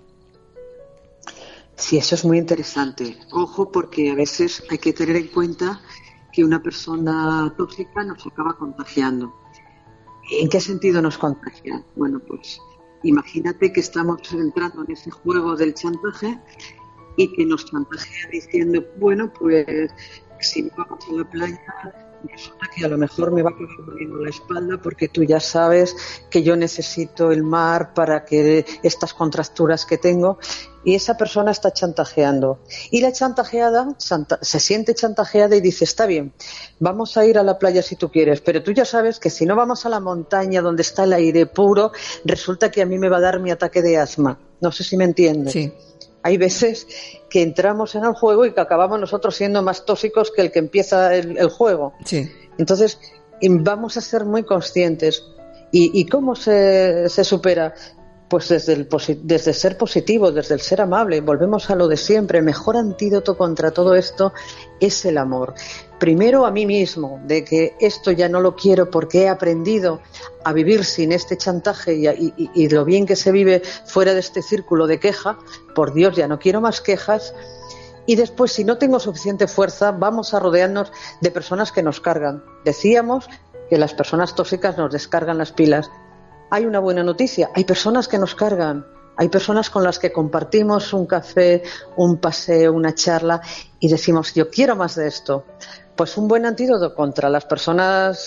Sí, eso es muy interesante. Ojo, porque a veces hay que tener en cuenta que una persona tóxica nos acaba contagiando. ¿En qué sentido nos contagia? Bueno, pues imagínate que estamos entrando en ese juego del chantaje y que nos chantajea diciendo, bueno, pues si vamos a la playa, resulta que a lo mejor me va a acabar doliendo la espalda porque tú ya sabes que yo necesito el mar para que estas contracturas que tengo, y esa persona está chantajeando. Y la chantajeada se siente chantajeada y dice, está bien, vamos a ir a la playa si tú quieres, pero tú ya sabes que si no vamos a la montaña donde está el aire puro, resulta que a mí me va a dar mi ataque de asma. No sé si me entiendes. Sí. Hay veces que entramos en el juego y que acabamos nosotros siendo más tóxicos que el que empieza el juego. Sí. Entonces, vamos a ser muy conscientes. ¿Y cómo se supera? Pues desde ser positivo, desde el ser amable. Volvemos a lo de siempre. El mejor antídoto contra todo esto es el amor. Primero a mí mismo, de que esto ya no lo quiero porque he aprendido a vivir sin este chantaje y lo bien que se vive fuera de este círculo de queja. Por Dios, ya no quiero más quejas. Y después, si no tengo suficiente fuerza, vamos a rodearnos de personas que nos cargan. Decíamos que las personas tóxicas nos descargan las pilas. Hay una buena noticia, hay personas que nos cargan, hay personas con las que compartimos un café, un paseo, una charla y decimos, yo quiero más de esto. Pues un buen antídoto contra las personas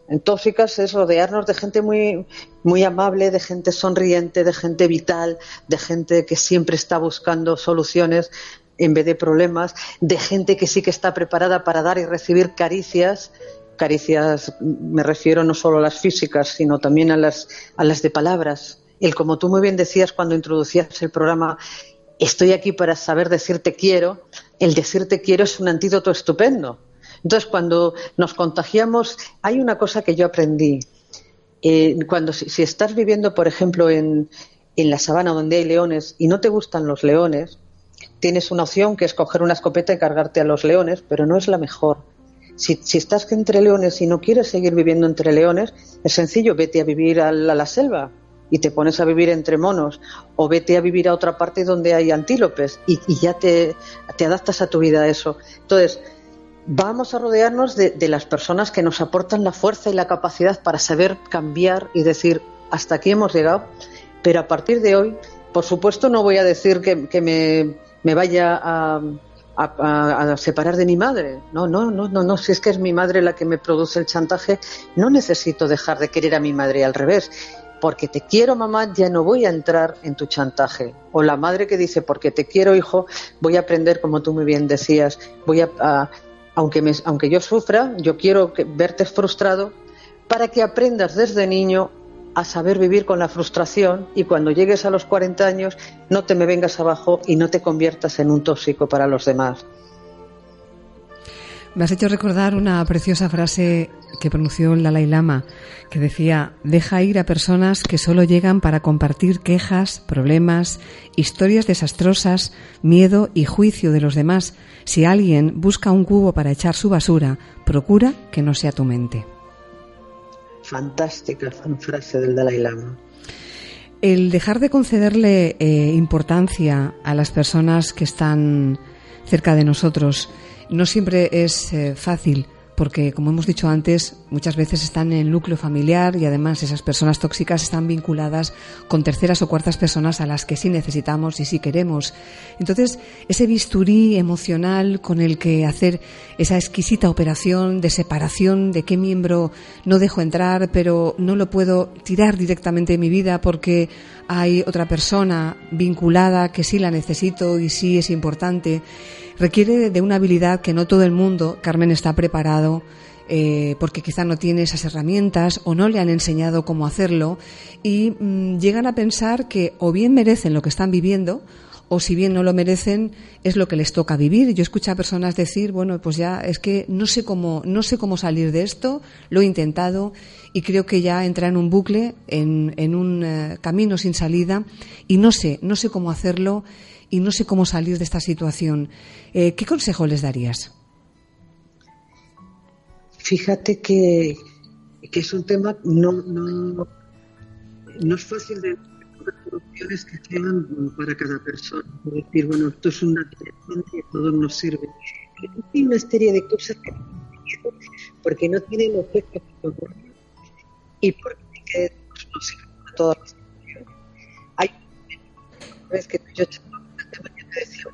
En tóxicas es rodearnos de gente muy, muy amable, de gente sonriente, de gente vital, de gente que siempre está buscando soluciones en vez de problemas, de gente que sí que está preparada para dar y recibir caricias. Caricias, me refiero no solo a las físicas, sino también a las de palabras. Como tú muy bien decías cuando introducías el programa, estoy aquí para saber decir te quiero. El decir te quiero es un antídoto estupendo. Entonces, cuando nos contagiamos, hay una cosa que yo aprendí. Si estás viviendo, por ejemplo, en la sabana donde hay leones y no te gustan los leones, tienes una opción que es coger una escopeta y cargarte a los leones, pero no es la mejor. Si estás entre leones y no quieres seguir viviendo entre leones, es sencillo, vete a vivir a la selva y te pones a vivir entre monos, o vete a vivir a otra parte donde hay antílopes y ya te adaptas a tu vida a eso. Entonces, vamos a rodearnos de las personas que nos aportan la fuerza y la capacidad para saber cambiar y decir, hasta aquí hemos llegado, pero a partir de hoy, por supuesto, no voy a decir que me vaya a separar de mi madre. No, si es que es mi madre la que me produce el chantaje, no necesito dejar de querer a mi madre, al revés. Porque te quiero, mamá, ya no voy a entrar en tu chantaje. O la madre que dice, porque te quiero, hijo, voy a aprender, como tú muy bien decías, aunque yo sufra, yo quiero verte frustrado para que aprendas desde niño a saber vivir con la frustración y cuando llegues a los 40 años no te me vengas abajo y no te conviertas en un tóxico para los demás. Me has hecho recordar una preciosa frase que pronunció el Dalai Lama, que decía: deja ir a personas que solo llegan para compartir quejas, problemas, historias desastrosas, miedo y juicio de los demás. Si alguien busca un cubo para echar su basura, procura que no sea tu mente. Fantástica frase del Dalai Lama. El dejar de concederle importancia a las personas que están cerca de nosotros no siempre es fácil, porque, como hemos dicho antes, muchas veces están en el núcleo familiar y además esas personas tóxicas están vinculadas con terceras o cuartas personas a las que sí necesitamos y sí queremos. Entonces, ese bisturí emocional con el que hacer esa exquisita operación de separación de qué miembro no dejo entrar, pero no lo puedo tirar directamente de mi vida porque hay otra persona vinculada que sí la necesito y sí es importante, requiere de una habilidad que no todo el mundo, Carmen, está preparado, porque quizá no tiene esas herramientas o no le han enseñado cómo hacerlo y llegan a pensar que o bien merecen lo que están viviendo o si bien no lo merecen es lo que les toca vivir. Yo escucho a personas decir, bueno, pues ya es que no sé cómo salir de esto, lo he intentado y creo que ya entra en un bucle, en un camino sin salida y no sé cómo hacerlo y no sé cómo salir de esta situación. ¿Qué consejo les darías? Fíjate que es un tema no es fácil de soluciones que sean para cada persona. Es decir, bueno, esto es una dirección y a todos nos sirve. Hay una serie de cosas que porque no tienen efecto y porque no sirven a todas las situaciones. Hay una vez que yo te decía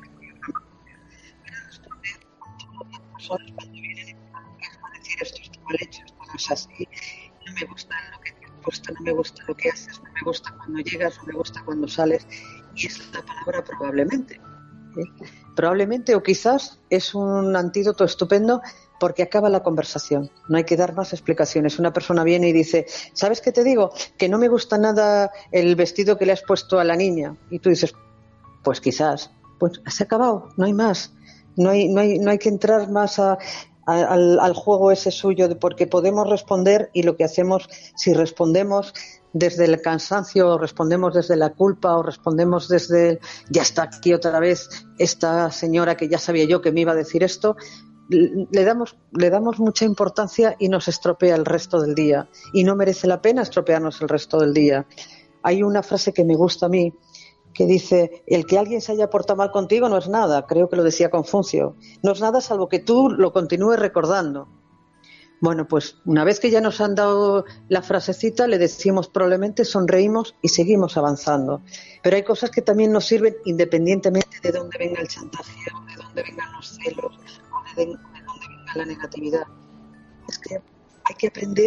personas cuando vienen a decir esto está mal hecho, esto no es así, no me gusta lo que te gusta, no me gusta lo que haces, no me gusta cuando llegas, no me gusta cuando sales, y es la palabra probablemente. Probablemente o quizás es un antídoto estupendo porque acaba la conversación, no hay que dar más explicaciones. Una persona viene y dice, ¿sabes qué te digo? Que no me gusta nada el vestido que le has puesto a la niña, y tú dices, pues quizás, pues se ha acabado, no hay más. No hay que entrar más al juego ese suyo, porque podemos responder y lo que hacemos, si respondemos desde el cansancio o respondemos desde la culpa o respondemos desde ya está aquí otra vez esta señora que ya sabía yo que me iba a decir esto, le damos mucha importancia y nos estropea el resto del día y no merece la pena estropearnos el resto del día. Hay una frase que me gusta a mí que dice, el que alguien se haya portado mal contigo no es nada, creo que lo decía Confucio, no es nada salvo que tú lo continúes recordando. Bueno, pues una vez que ya nos han dado la frasecita, le decimos probablemente, sonreímos y seguimos avanzando. Pero hay cosas que también nos sirven independientemente de dónde venga el chantaje, o de dónde vengan los celos, o de dónde venga la negatividad. Es que hay que aprender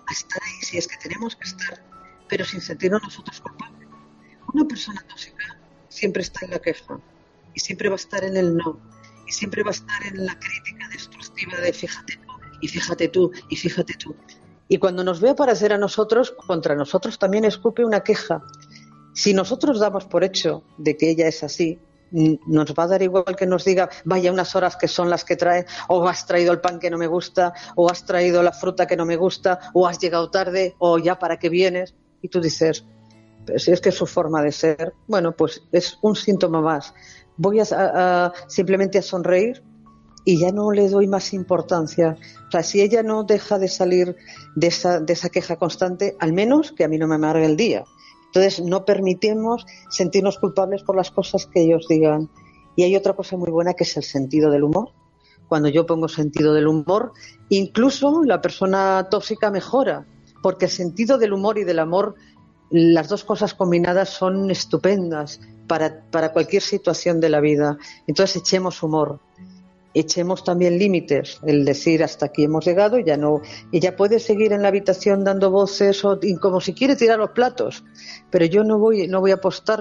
a estar ahí si es que tenemos que estar, pero sin sentirnos nosotros culpables. Una persona tóxica siempre está en la queja y siempre va a estar en el no y siempre va a estar en la crítica destructiva de fíjate tú y fíjate tú y fíjate tú. Y cuando nos ve aparecer a nosotros, contra nosotros también escupe una queja. Si nosotros damos por hecho de que ella es así, nos va a dar igual que nos diga vaya unas horas que son las que trae, o has traído el pan que no me gusta, o has traído la fruta que no me gusta, o has llegado tarde, o ya para qué vienes. Y tú dices, pero si es que es su forma de ser, bueno, pues es un síntoma más. Voy a simplemente a sonreír y ya no le doy más importancia. O sea, si ella no deja de salir de esa queja constante, al menos que a mí no me amargue el día. Entonces no permitimos sentirnos culpables por las cosas que ellos digan. Y hay otra cosa muy buena que es el sentido del humor. Cuando yo pongo sentido del humor, incluso la persona tóxica mejora, porque el sentido del humor y del amor, las dos cosas combinadas son estupendas para cualquier situación de la vida. Entonces echemos humor. Echemos también límites, el decir hasta aquí hemos llegado, ya no, ella puede seguir en la habitación dando voces y como si quiere tirar los platos, pero yo no voy a apostar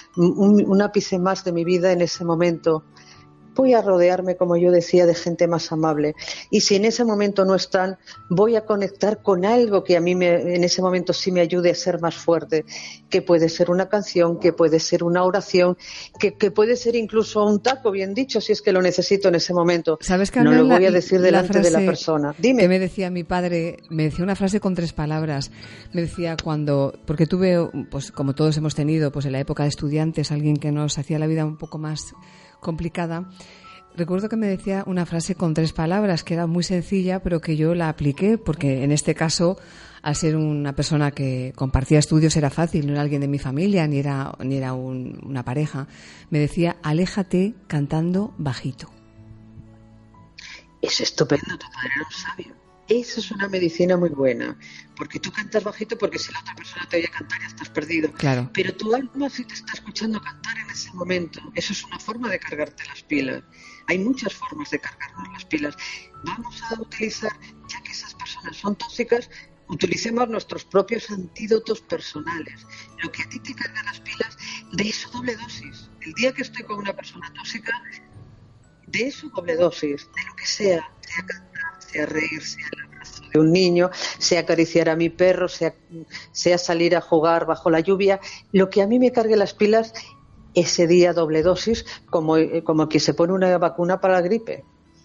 un ápice más de mi vida en ese momento. Voy a rodearme, como yo decía, de gente más amable. Y si en ese momento no están, voy a conectar con algo que a mí en ese momento sí me ayude a ser más fuerte, que puede ser una canción, que puede ser una oración, que puede ser incluso un taco, bien dicho, si es que lo necesito en ese momento. ¿Sabes, Carmen, no lo voy a decir delante de la persona. Dime. Que me decía mi padre, me decía una frase con 3 palabras. Me decía porque tuve, pues como todos hemos tenido, pues en la época de estudiantes, alguien que nos hacía la vida un poco más complicada. Recuerdo que me decía una frase con 3 palabras que era muy sencilla, pero que yo la apliqué porque en este caso, al ser una persona que compartía estudios, era fácil, no era alguien de mi familia ni era una pareja. Me decía, aléjate cantando bajito. Es estupendo, tu padre era un sabio. Eso es una medicina muy buena, porque tú cantas bajito porque si la otra persona te oye cantar ya estás perdido. Claro. Pero tu alma sí te está escuchando cantar en ese momento. Eso es una forma de cargarte las pilas. Hay muchas formas de cargarnos las pilas. Vamos a utilizar, ya que esas personas son tóxicas, utilicemos nuestros propios antídotos personales. Lo que a ti te carga las pilas, de eso doble dosis. El día que estoy con una persona tóxica, de eso doble dosis, de lo que sea cantar, sea reír, sea el abrazo de un niño, sea acariciar a mi perro, sea salir a jugar bajo la lluvia, lo que a mí me cargue las pilas, ese día doble dosis, como que se pone una vacuna para la gripe.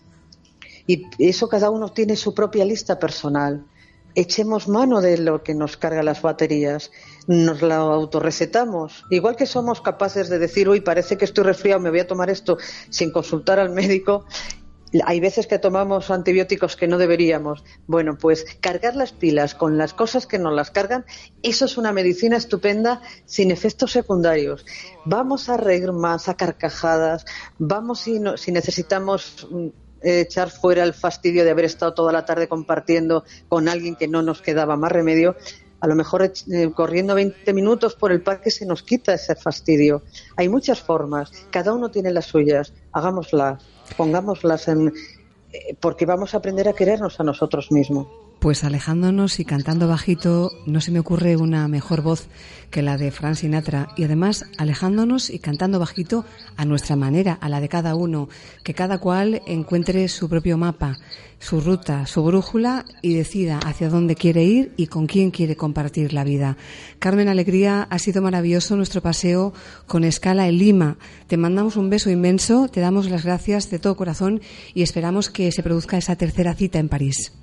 Y eso cada uno tiene su propia lista personal. Echemos mano de lo que nos carga las baterías, nos la autorrecetamos. Igual que somos capaces de decir, uy, parece que estoy resfriado, me voy a tomar esto sin consultar al médico. Hay veces que tomamos antibióticos que no deberíamos. Bueno, pues cargar las pilas con las cosas que nos las cargan, eso es una medicina estupenda sin efectos secundarios. Vamos a reír más a carcajadas, vamos si necesitamos echar fuera el fastidio de haber estado toda la tarde compartiendo con alguien que no nos quedaba más remedio. A lo mejor corriendo 20 minutos por el parque se nos quita ese fastidio. Hay muchas formas, cada uno tiene las suyas, hagámoslas, pongámoslas porque vamos a aprender a querernos a nosotros mismos. Pues alejándonos y cantando bajito, no se me ocurre una mejor voz que la de Frank Sinatra. Y además, alejándonos y cantando bajito a nuestra manera, a la de cada uno, que cada cual encuentre su propio mapa, su ruta, su brújula y decida hacia dónde quiere ir y con quién quiere compartir la vida. Carmen Alegría, ha sido maravilloso nuestro paseo con escala en Lima. Te mandamos un beso inmenso, te damos las gracias de todo corazón y esperamos que se produzca esa tercera cita en París.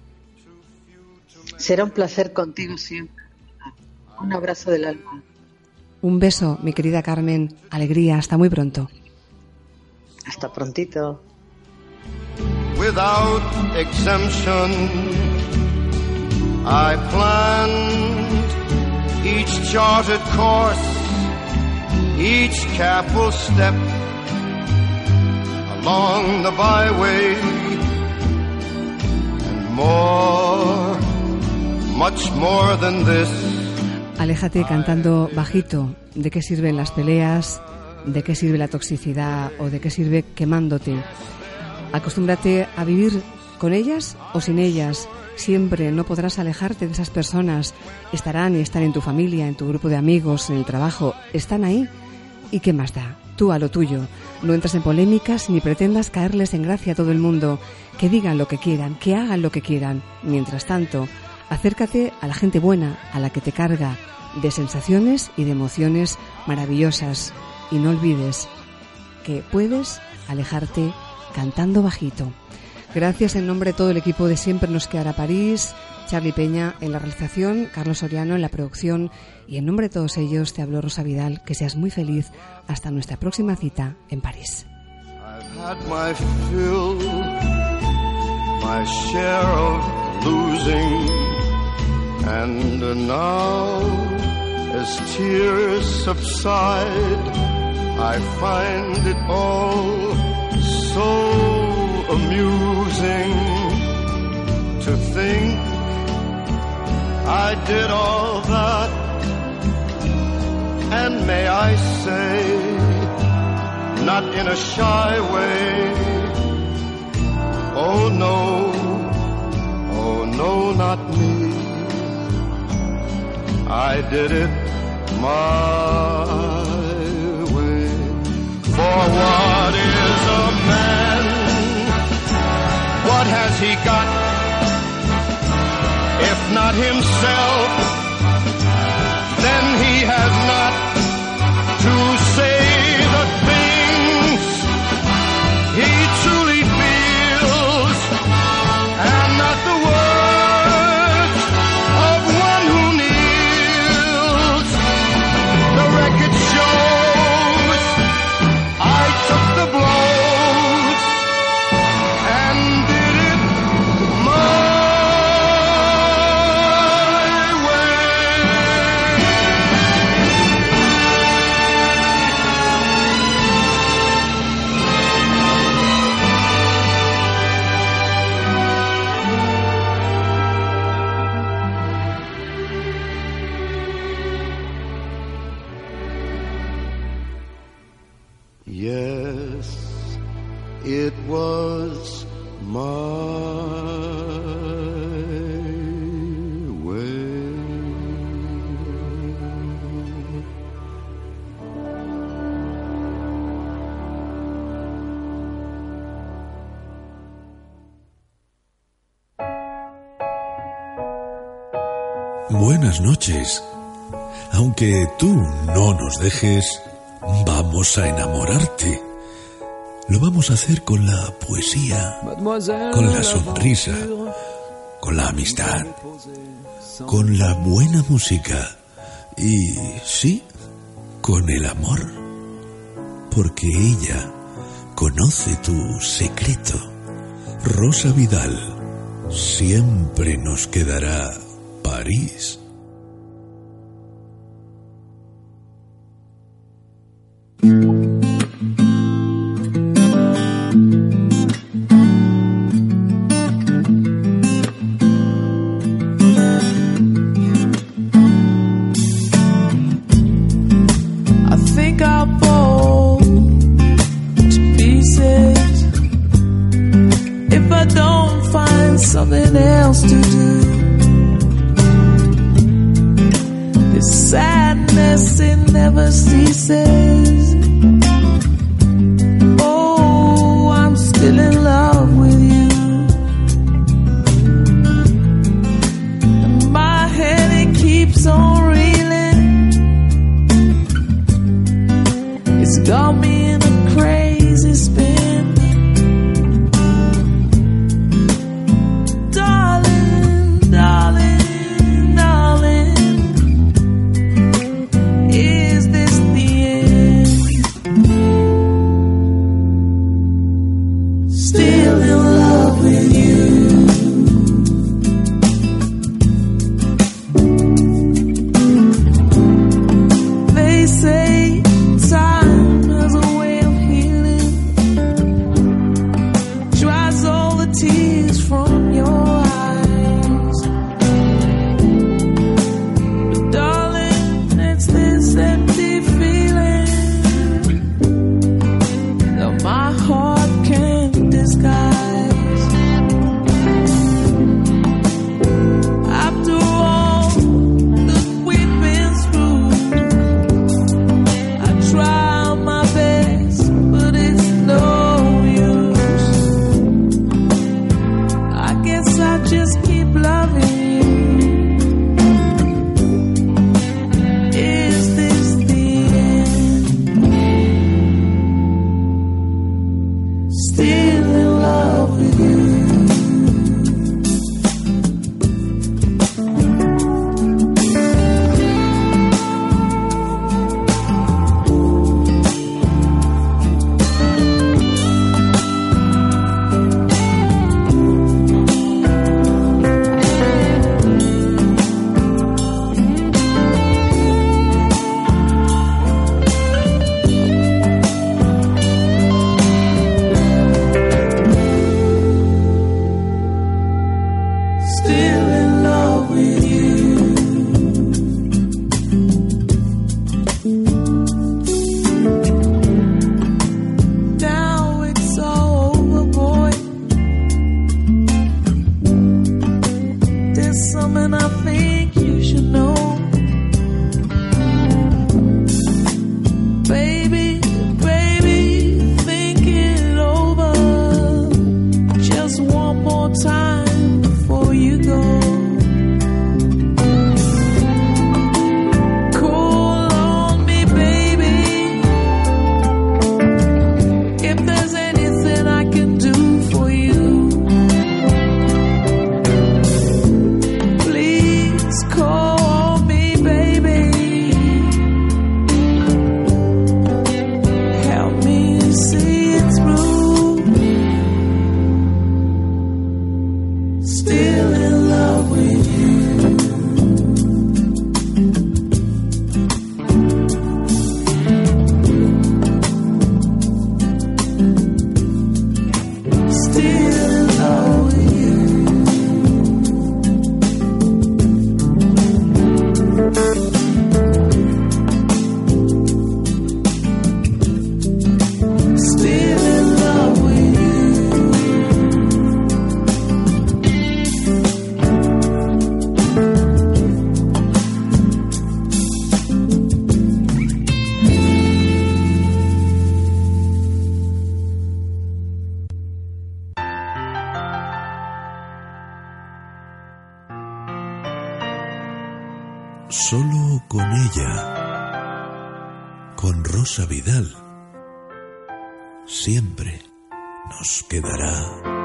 Será un placer contigo siempre. Un abrazo del alma. Un beso, mi querida Carmen. Alegría, hasta muy pronto. Hasta prontito. Without exemption, I planned each charted course, each careful step along the byway, and more, much more than this. Aléjate cantando bajito. ¿De qué sirven las peleas? ¿De qué sirve la toxicidad? ¿O de qué sirve quemándote? Acostúmbrate a vivir con ellas o sin ellas, Siempre no podrás alejarte de esas personas. Estarán y están en tu familia, en tu grupo de amigos, en el trabajo. Están ahí. ¿Y qué más da? Tú a lo tuyo. No entres en polémicas ni pretendas caerles en gracia a todo el mundo. Que digan lo que quieran, que hagan lo que quieran. Mientras tanto, acércate a la gente buena, a la que te carga de sensaciones y de emociones maravillosas. Y no olvides que puedes alejarte cantando bajito. Gracias en nombre de todo el equipo de Siempre nos quedará París, Charlie Peña en la realización, Carlos Soriano en la producción y en nombre de todos ellos te habló Rosa Vidal. Que seas muy feliz hasta nuestra próxima cita en París. I've had my fill, my share of losing, and now as tears subside, I find it all so amusing to think I did all that, and may I say, not in a shy way, oh no, not me, I did it my way. For what is a man? What has he got, if not himself? Then he has not to say the things he truly feels, and not the words of one who kneels. The record shows I took the blows and did it my Yes, it was my way. Buenas noches. Aunque tú no nos dejes, vamos a enamorarte. Lo vamos a hacer con la poesía, con la sonrisa, con la amistad, con la buena música y, sí, con el amor. Porque ella conoce tu secreto. Rosa Vidal, siempre nos quedará París. Something else to do. This sadness, it never ceases. Oh, I'm still in love with you. And my head, it keeps on reeling. It's got me in a crazy spin. Sky still in love with you. Solo con ella, con Rosa Vidal, siempre nos quedará